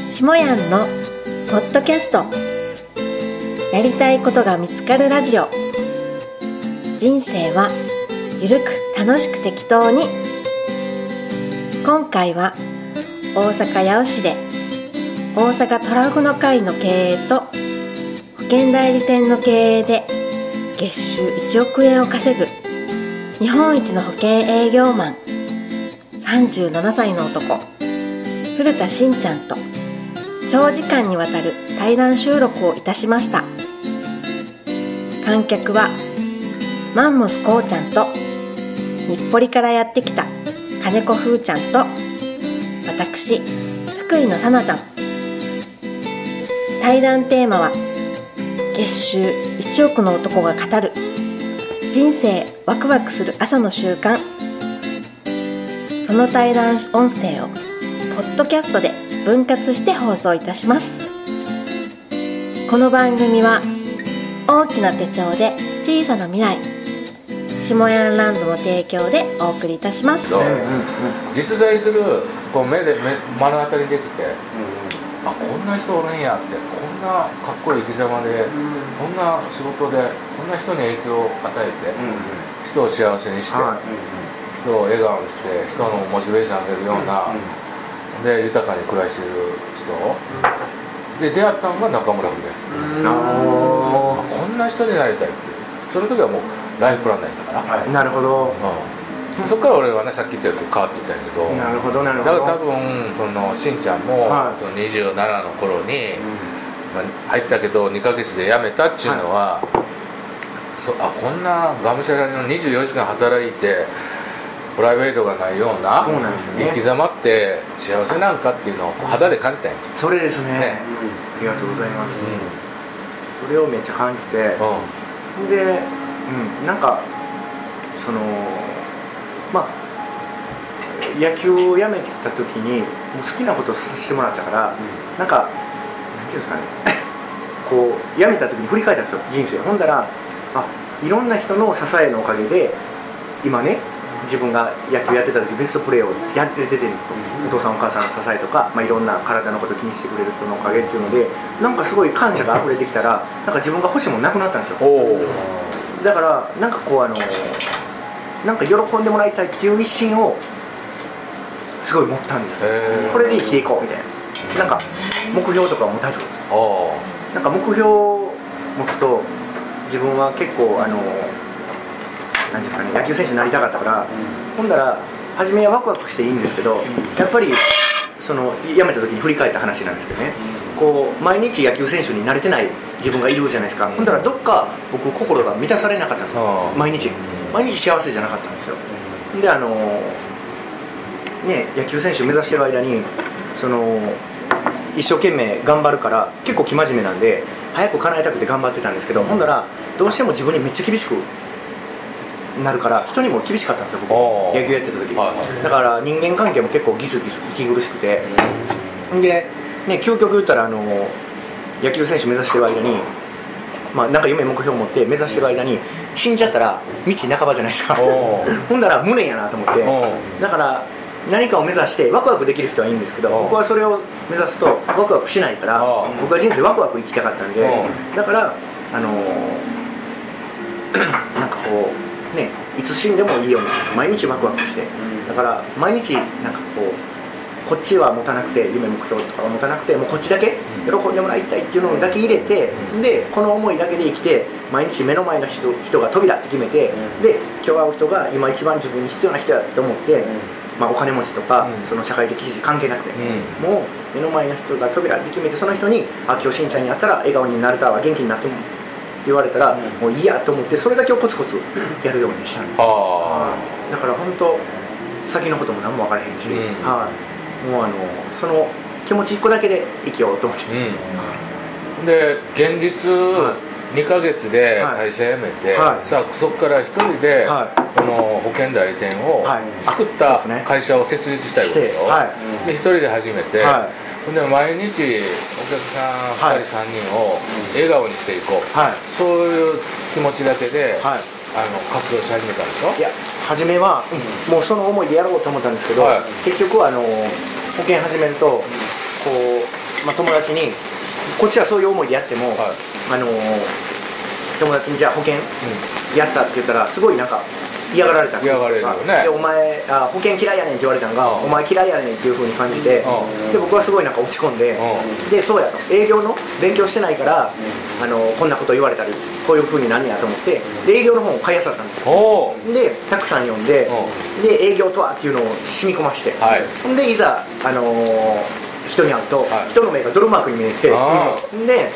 しもやんのポッドキャスト、やりたいことが見つかるラジオ。人生はゆるく楽しく適当に。今回は大阪八尾市で大阪トラフの会の経営と保険代理店の経営で月収1億円を稼ぐ日本一の保険営業マン37歳の男古田真ちゃんと長時間にわたる対談収録をいたしました。観客はマンモスこうちゃんと日暮里からやってきた金子ふーちゃんと私福井のさなちゃん。対談テーマは月収1億の男が語る人生ワクワクする朝の習慣。その対談音声をポッドキャストで分割して放送いたします。この番組は大きな手帳で小さな未来、しもやんランドの提供でお送りいたします。 実在するこう目で目の当たりできて、あ、こんな人おるんやって、こんなかっこいい生き様で、こんな仕事でこんな人に影響を与えて、人を幸せにして、人を笑顔にして人のモチベーション上げるような、で豊かに暮らしている人で出会ったのが中村秀。こんな人になりたいって、その時はもうライフプランナーやったから、 なるほど、 そこから俺はね、さっき言ったように変わっていったんやけど、 なるほどなるほど。 だから多分そのしんちゃんも、その27の頃に、入ったけど2ヶ月で辞めたっていうのは、こんながむしゃらの24時間働いてプライベートがないような生き様って幸せなんかっていうのを肌で感じたんや。 それですね。ありがとうございます。それをめっちゃ感じて、で、なんかその野球をやめた時にもう好きなことをさせてもらったから、なんていうんですかねこうやめた時に振り返ったんですよ、人生。ほんだら、いろんな人の支えのおかげで今ね、自分が野球やってた時ベストプレーをやっててると、お父さんお母さんの支えとか、いろんな体のこと気にしてくれる人のおかげっていうので、なんかすごい感謝が溢れてきたら、なんか自分が欲しいものなくなったんですよ。だからなんかこうなんか喜んでもらいたいっていう一心をすごい持ったんです。これで生きていこうみたいな、なんか目標とかを持たず、なんか目標を持つと自分は結構なんですかね、野球選手になりたかったから、ほんだら初めはワクワクしていいんですけど、やっぱりその辞めた時に振り返った話なんですけどね、こう毎日野球選手に慣れてない自分がいるじゃないですか。ほんだらどっか僕心が満たされなかったんですよ。毎日幸せじゃなかったんですよ。で野球選手目指してる間に一生懸命頑張るから結構生真面目なんで早く叶えたくて頑張ってたんですけど、ほんならどうしても自分にめっちゃ厳しくなるから人にも厳しかったんですよ、僕野球やってた時。だから人間関係も結構ギスギス息苦しくて、で究極言ったら野球選手目指してる間になんか夢目標を持って目指してる間に死んじゃったら道半ばじゃないですかほんなら無念やなと思って、だから何かを目指してワクワクできる人はいいんですけど、僕はそれを目指すとワクワクしないから、僕は人生ワクワク生きたかったんで、だからなんかこうね、いつ死んでもいいように毎日ワクワクして、だから毎日なんかこっちは持たなくて、夢目標とかは持たなくて、もうこっちだけ喜んでもらいたいっていうのだけ入れて、でこの思いだけで生きて、毎日目の前の人が扉って決めて、で今日会う人が今一番自分に必要な人やと思って、お金持ちとかその社会的支持関係なくて、もう目の前の人が扉って決めて、その人に今日しんちゃんに会ったら笑顔になれたわ、元気になってもって言われたら、もういいやと思って、それだけをコツコツやるようにしたんです。だから本当先のことも何も分からへんし、もうその気持ち1個だけで生きようと思って、 で現実、2ヶ月で会社辞めて、さあそこから一人で、この保険代理店を作った会社を設立したいわけでしょ。で一人で始めて、で毎日お客さん2人3人を笑顔にしていこう、そういう気持ちだけで、活動し始めたんでしょ。 いや初めは、もうその思いでやろうと思ったんですけど、結局保険始めるとこう友達にこっちはそういう思いでやっても、友達にじゃあ保険やったって言ったらすごいなんか嫌がられたんですよ。 嫌がられるよね。 でお前保険嫌いやねんって言われたのが、お前嫌いやねんっていう風に感じて、で僕はすごいなんか落ち込んで、でそうやと営業の勉強してないから、こんなこと言われたりこういう風になんねやと思ってで営業の本を買い漁ったんですよ。でたくさん読んで、で営業とはっていうのを染み込まして、でいざ人に会うと、人の目が泥マークに見えて、で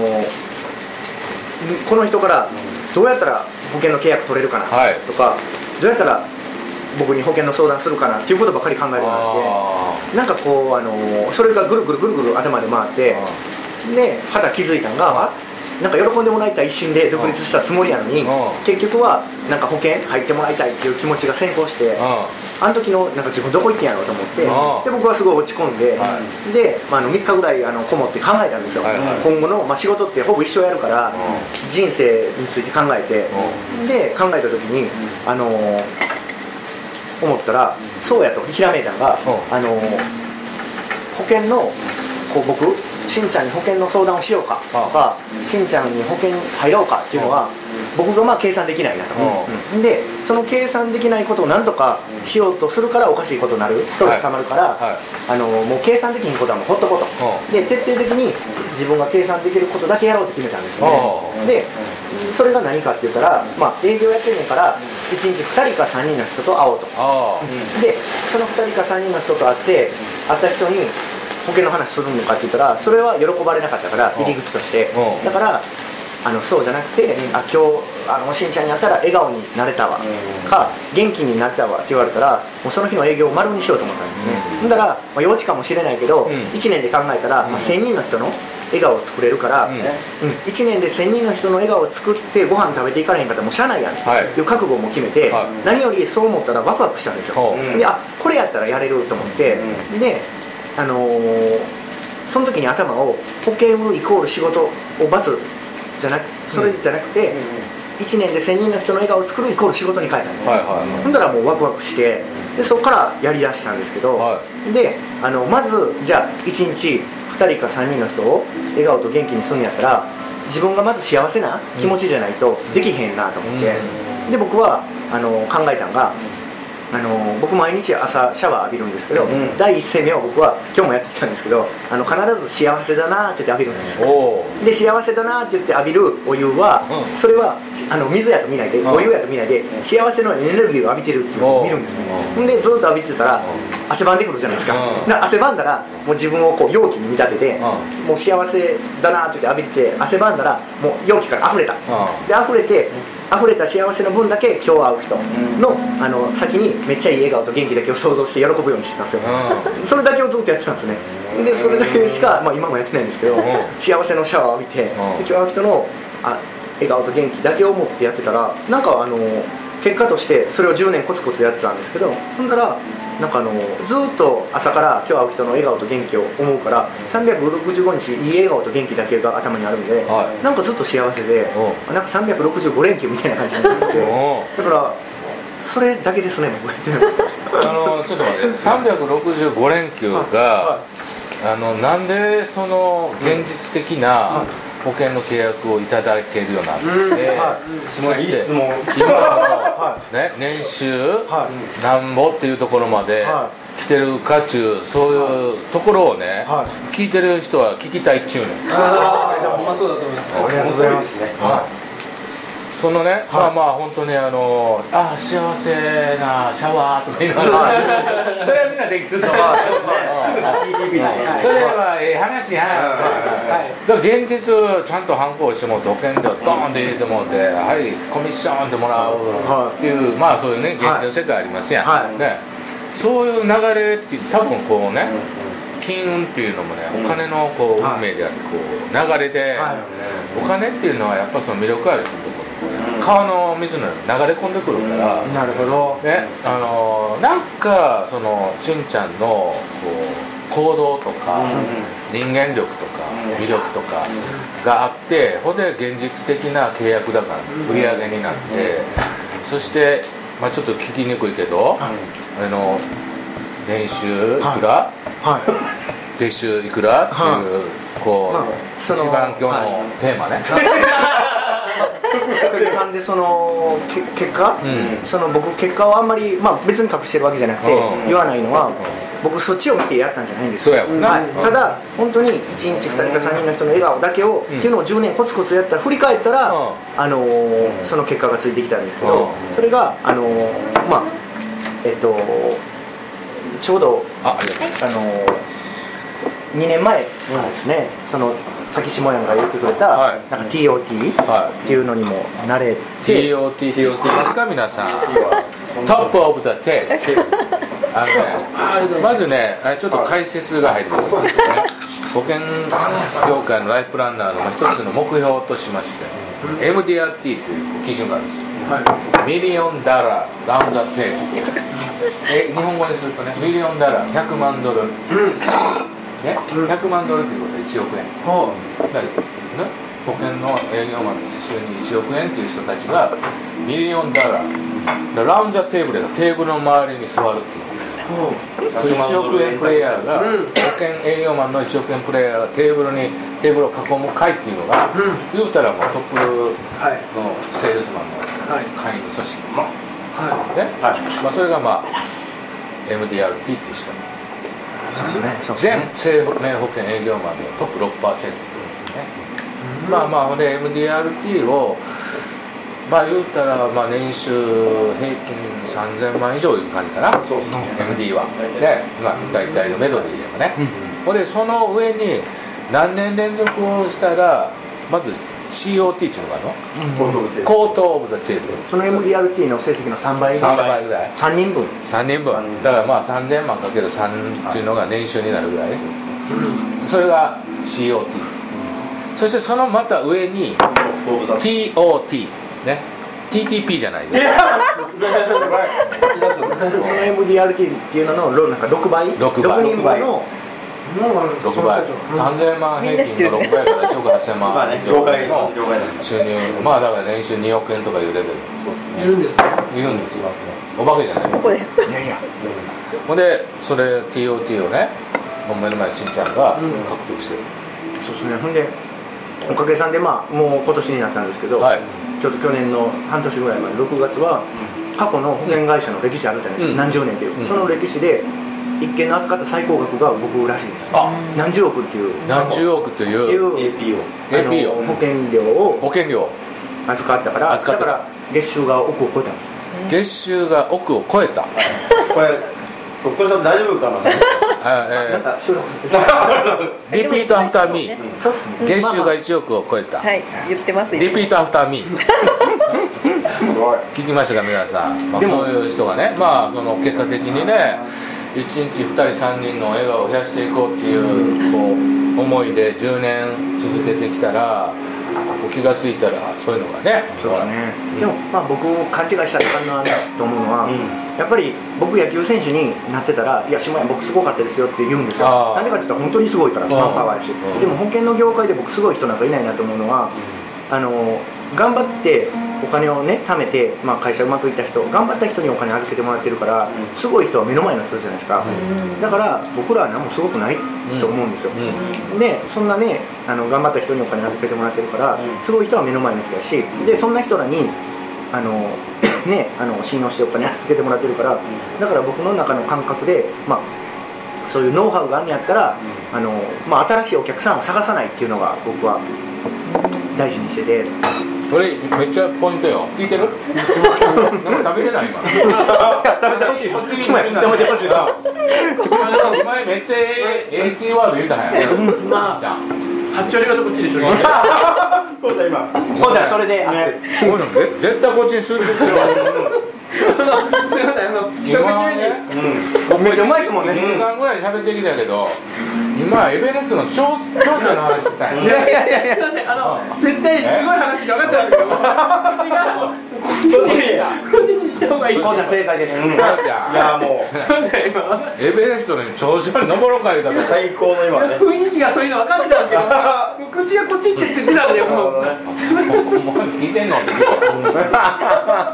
この人からどうやったら保険の契約取れるかなとか、どうやったら僕に保険の相談するかなっていうことばっかり考えるようになって、なんかこうそれがぐるぐるぐるぐる頭で回って、ではた気づいたのが、なんか喜んでもらいたい一心で独立したつもりやのに、結局はなんか保険入ってもらいたいっていう気持ちが先行して、あの時のなんか自分どこ行ってんやろうと思って、で僕はすごい落ち込んで、で、3日ぐらいこもって考えたんですよ。今後の、仕事ってほぼ一生やるから、人生について考えて、で考えた時に思ったらそうやとひらめいたのが、保険の僕しんちゃんに保険の相談をしようかとか、しんちゃんに保険に入ろうかっていうのは、僕が計算できないなと、でその計算できないことを何とかしようとするからおかしいことになる、ストレスたまるから、もう計算できんことはもうほっとこうと、で徹底的に自分が計算できることだけやろうと決めたんですよね。でそれが何かって言ったら、営業やってんねんから1日2人か3人の人と会おうと、でその2人か3人の人と会った人に保険の話するのかって言ったら、それは喜ばれなかったから入り口として、だからそうじゃなくて、今日しんちゃんに会ったら笑顔になれたわ、か元気になったわって言われたら、もうその日の営業を丸にしようと思ったんですね。だから、幼稚かもしれないけど、1年で考えたら、1000人の人の笑顔を作れるから、1年で1000人の人の笑顔を作ってご飯食べていかれへんかったらもうしゃあないやんっていう覚悟も決めて、何よりそう思ったらワクワクしたんですよ。でこれやったらやれると思って、でその時に頭を保険イコール仕事を×じゃなく、それじゃなくて、1年で1000人の人の笑顔を作るイコール仕事に変えたんですよ。ほんだらもうワクワクして、でそこからやりだしたんですけど、でまずじゃあ1日2人か3人の人を笑顔と元気にするんやったら、自分がまず幸せな気持ちじゃないとできへんなと思って、で僕は考えたのが、僕毎日朝シャワー浴びるんですけど、第一声目を僕は今日もやってきたんですけど、必ず幸せだなって言って浴びるんですよ。で幸せだなって言って浴びるお湯は、それは水やと見ないで、お湯やと見ないで、幸せのエネルギーを浴びてるっていうのを見るんですね。でずっと浴びてたら汗ばんでくるじゃないですか。汗ばんだらもう自分を容器に見立てて、もう幸せだなって言って浴びて汗ばんだらもう容器から溢れた、で溢れた幸せの分だけ今日会う人の、先にめっちゃいい笑顔と元気だけを想像して喜ぶようにしてたんですよ。それだけをずっとやってたんですね。でそれだけしか、今もやってないんですけど、幸せのシャワーを浴びて、で今日会う人の笑顔と元気だけを持ってやってたら、なんか結果としてそれを10年コツコツやってたんですけど、ほんだらなんかずっと朝から今日会う人の笑顔と元気を思うから、365日いい笑顔と元気だけが頭にあるんで、なんかずっと幸せで、なんか365連休みたいな感じになって、だからそれだけですね、僕ちょっと待って、365連休が、なんでその現実的な保険の契約をいただけるようになって、そして今の、年収なんぼっていうところまで来てるかっちゅう、そういうところをね、聞いてる人は聞きたいっちゅうねん。 ありがとうございますね。 そのね、本当に幸せなシャワーとか言いながらそれはみんなできると思う。それは話や。だから現実ちゃんと反抗してもらって、保険料ドーンって入れてもらって、はいコミッションってもらうっていう、そういうね現実の世界ありますやん、ね、そういう流れって多分こうね、金運っていうのもね、お金のこう運命であって、こう流れで、お金っていうのはやっぱその魅力あるところ、川の水のように流れ込んでくるから、 なるほどね、なんかそのしんちゃんのこう行動とか、人間力とか、魅力とかがあって、ほんで現実的な契約だから売り上げになって、そしてちょっと聞きにくいけど、年収いくらはい月収いくらっていう、こう、 まあその一番今日のテーマね、 おかげさんでその結果、その僕結果をあんまり、まあ、別に隠してるわけじゃなくて言わないのは、僕そっちを見てやったんじゃないんですよ。 そうやもんな、 はい、ただ本当に1日2人か3人の人の笑顔だけを、っていうのを10年コツコツやったら振り返ったら、その結果がついてきたんですけど、それがまあちょうど2年前からですね、そのさきしもやんが言ってくれた、 はい、 なんか TOT っていうのにも慣れて、 TOT って知ってますか皆さん。トップオブザテースまずねちょっと解説が入ります、ね、保険業界のライフプランナーの一つの目標としまして MDRT という基準があるんですよ、ミリオンダラーラウンドテース、日本語にするとねミリオンダラー100万ドル、ね、100万ドルということは1億円だから、ね、保険の営業マンとして収入1億円という人たちがミリオンダラーラウンドテーブルがテーブルの周りに座るっていうそういう1億円プレイヤーが、保険営業マンの1億円プレイヤーがテーブルを囲む会っていうのが、言うたらもうトップのセールスマンの会員組織です、まあ、それがまあ MDRT っていう仕組み、全生命保険営業マンのトップ 6% ってことですね、まあまあで MDRT をまあ言うたら、まあ、年収平均3000万以上いう感じかな、MD はで、まあ、大体のメドで言えばね、でその上に何年連続をしたらまず COT っていうのがあるの、コートオブザテーブル、 その MDRT の成績の3倍ぐらい、3人分だからまあ3000万かける3っていうのが年収になるぐらい、それが COT、そしてそのまた上に TOTね、TTP じゃないよその MDRT っていうののなんか6倍 6人分の 6倍3000万平均の6倍から1億8000万以上の収入、まあだから年収2億円とかいうレベルいるんですね、 いるんですよ、お化けじゃない、 ここでいやいや、 ほんでそれ TOT をね目の前にしんちゃんが獲得してる、 そうですね、ほんでおかげさんでまあもう今年になったんですけど、ちょっと去年の半年ぐらい前6月は過去の保険会社の歴史あるじゃないですか、何十年っていう、その歴史で一件の預かった最高額が僕らしいです。何十億っていう何十億という APO 保険料を預かったから、だから月収が億を超えたんです。 月収が億を超えたこれさん大丈夫かなリピートアフターミー、月収が1億を超えた、 はい、言ってます。 リピートアフターミー聞きましたか皆さん、まあ、そういう人がね、まあその結果的にね1日2人3人の笑顔を増やしていこうっていう、こう思いで10年続けてきたら気がついたらそういうのがね、 そうですね、でもまあ僕勘違いしたらあかんなと思うのは、やっぱり僕野球選手になってたらいや下山僕すごかったですよって言うんですよ。なんでかって言ったら本当にすごいからマンパワーやし、でも保険の業界で僕すごい人なんかいないなと思うのは、頑張ってお金をね貯めて、まあ、会社うまくいった人、頑張った人にお金預けてもらってるから、すごい人は目の前の人じゃないですか、だから僕らは何もすごくないと思うんですよ、でそんなね頑張った人にお金預けてもらってるから、すごい人は目の前の人やし、でそんな人らに信用してお金預けてもらってるから、だから僕の中の感覚で、まあ、そういうノウハウがあるんやったらまあ、新しいお客さんを探さないっていうのが僕は大事にしてて、 これめっちゃポイントよ。聞いてる？なんか食べれない今。 食べてほしいです。食べてほしいな。 お前めっちゃキーワード言うたんや。 まあ8割方こっちでしょ。 ほんじゃそれで絶対こっちに集中するわ。 今ね、 めっちゃうまいですもんね。 10分間ぐらい喋ってきたけど、今エベレストの頂上の話してたんや。 いやすいません、絶対すごい話で分かったんですけど、口がこっちに行った方がいい。 こうちゃん正解です。 いやもうエベレストの頂上に登ろうか言うたから最高の今ね。 雰囲気がそういうの分かってたんですけど、口がこっちって言ってたんで、もう聞いてんのって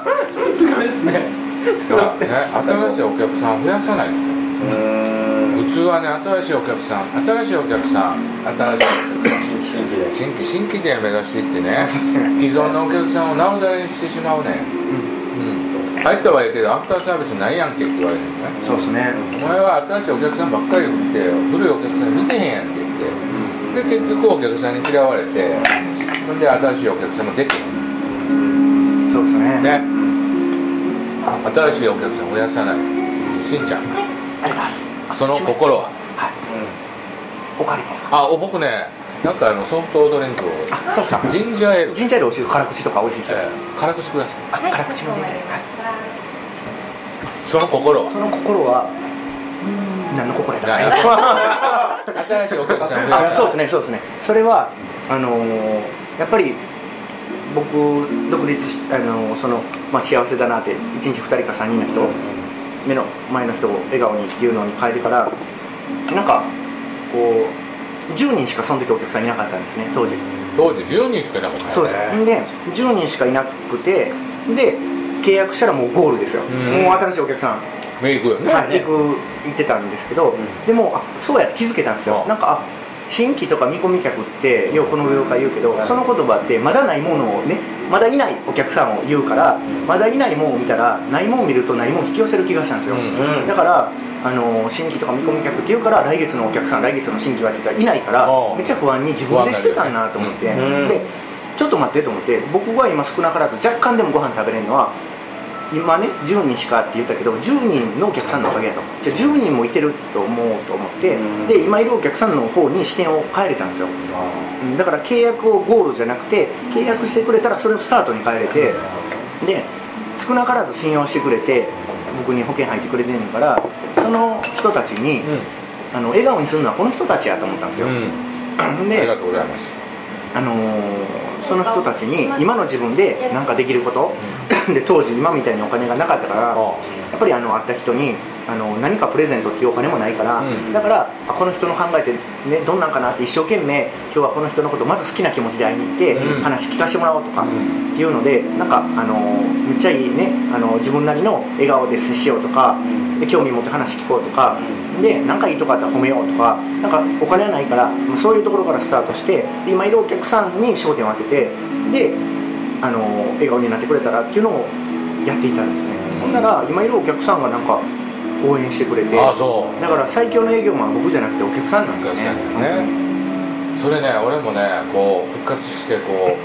すごいですね。 新しいお客さん増やさないですか？普通通はね、新しいお客さん新規で目指していってね、既存のお客さんをなおざりにしてしまうね。入ったはいいけどアフターサービスないやんけって言われるのね。 そうですね。 お前は新しいお客さんばっかり振って古いお客さん見てへんやんって言って、で結局お客さんに嫌われて、ほんで新しいお客さんもできる。 そうですね。 新しいお客さんを増やさないしんちゃん、 ありがとうございます。 その心は、 はい、お借りですか。 僕ね、なんかソフトドリンクを、 そうですか。 ジンジャーエール、 ジンジャーエール美味しい。辛口とか美味しいですよ。 辛口ください。 辛口のジンジャーエール。 その心は、 その心は何の心やったか。新しいお客さんを増やさない。 そうですね、そうですね。それはやっぱり僕独立し幸せだなって1日2人か3人の人、目の前の人を笑顔にっていうのに変えてから、なんかこう10人しかその時お客さんいなかったんですね。当時 10人しかいなかった。 そうです。で10人しかいなくて、で契約したらもうゴールですよ。もう新しいお客さん行くよね。 はい、行ってたんですけど、でもそうやって気づけたんですよ。なんか新規とか見込み客ってよくこの業界言うけど、その言葉ってまだないものをね、まだいないお客さんを言うから、まだいないものを見たらないものを見るとないものを引き寄せる気がしたんですよ。だから新規とか見込み客って言うから、来月のお客さん、来月の新規はって言ったらいないから、めっちゃ不安に自分でしてたんなと思って、でちょっと待ってと思って、僕は今少なからず若干でもご飯食べれるのは今ね10人しかって言ったけど、10人のお客さんのおかげやと。じゃあ10人もいてると思うと思って、で今いるお客さんの方に視点を変えれたんですよ。だから契約をゴールじゃなくて、契約してくれたらそれをスタートに変えれて、で少なからず信用してくれて僕に保険入ってくれてんねんから、その人たちに、笑顔にするのはこの人たちやと思ったんですよ。でありがとうございます。 その人たちに今の自分で何かできることで、当時今みたいにお金がなかったから、やっぱり会った人に何かプレゼントっていうお金もないから、だからこの人の考えて、ね、どんなんかなって一生懸命今日はこの人のことをまず好きな気持ちで会いに行って、話聞かせてもらおうとかっていうので、なんかめっちゃいいね、自分なりの笑顔で接しようとか、で興味持って話聞こうとかで、なんかいいとこあったら褒めようとか、なんかお金はないからそういうところからスタートして、で今いるお客さんに焦点を当てて、で笑顔になってくれたらっていうのをやっていたんですね。ほんなら今いるお客さんがなんか応援してくれて、だから最強の営業マンは僕じゃなくてお客さんなんですよね。 それね、俺もねこう復活してこう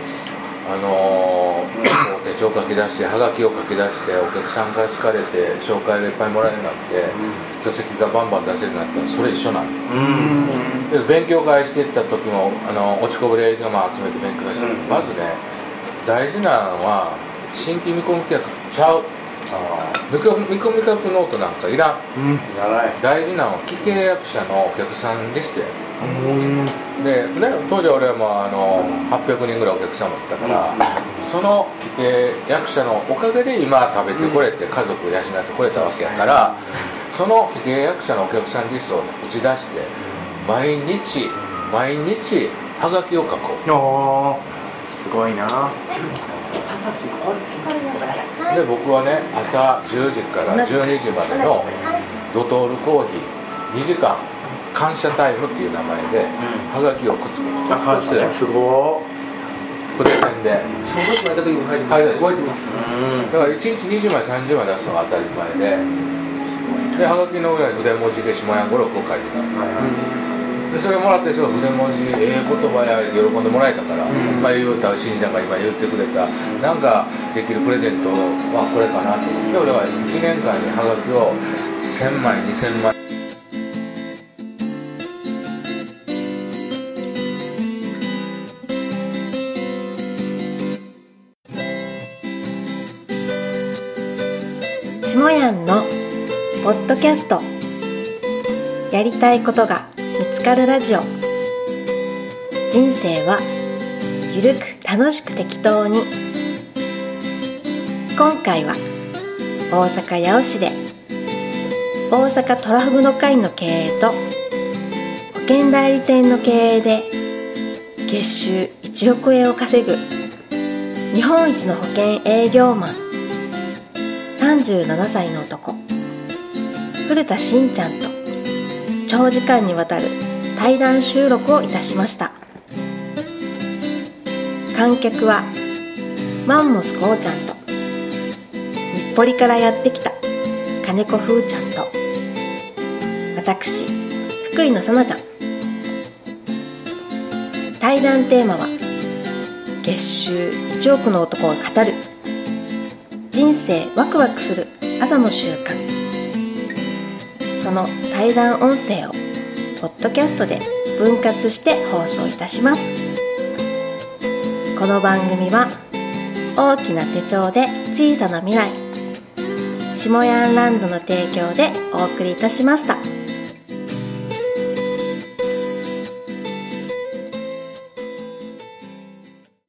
手帳書き出して、はがきを書き出して、お客さんから好かれて紹介がいっぱいもらえるようになって、挙席がバンバン出せるようになったらそれ一緒なの。で勉強会していった時も落ちこぼれ営業マン集めて勉強会して、まずね大事なのは新規見込み客ちゃう。見込み客ノートなんかいらん。大事なのは既契約者のお客さんリストや。でね、当時は俺はもう800人ぐらいお客さんもいたから、その既契約者のおかげで今食べてこれて家族を養ってこれたわけやから、その既契約者のお客さんリストを打ち出して、毎日はがきを書こう。 すごいな。 で僕はね、朝10時から12時までのドトールコーヒー2時間感謝タイムっていう名前ではがきをコツコツすごい筆ペンでその時もやった時も書いてます。覚えてます。 だから1日20枚30枚出すのが当たり前で、はがきの裏に筆文字で下屋語録を書いてた。でそれもらった人が筆文字言葉や喜んでもらえたから、言うたしんちゃんが今言ってくれたなんかできるプレゼントはこれかなと思って、俺は1年間にはがきを1000枚2000枚下やんのポッドキャスト、やりたいことが見つかるラジオ。人生はゆるく楽しく適当に。今回は大阪八尾市で大阪トラフグの会の経営と保険代理店の経営で月収1億円を稼ぐ日本一の保険営業マン37歳の男古田しんちゃんと長時間にわたる対談収録をいたしました。観客はマンモスこうちゃんと日暮里からやってきた金子風ちゃんと私福井のさなちゃん。対談テーマは月収1億の男が語る人生ワクワクする朝の習慣。その対談音声をポッドキャストで分割して放送いたします。この番組は大きな手帳で小さな未来、下ヤンランドの提供でお送りいたしました。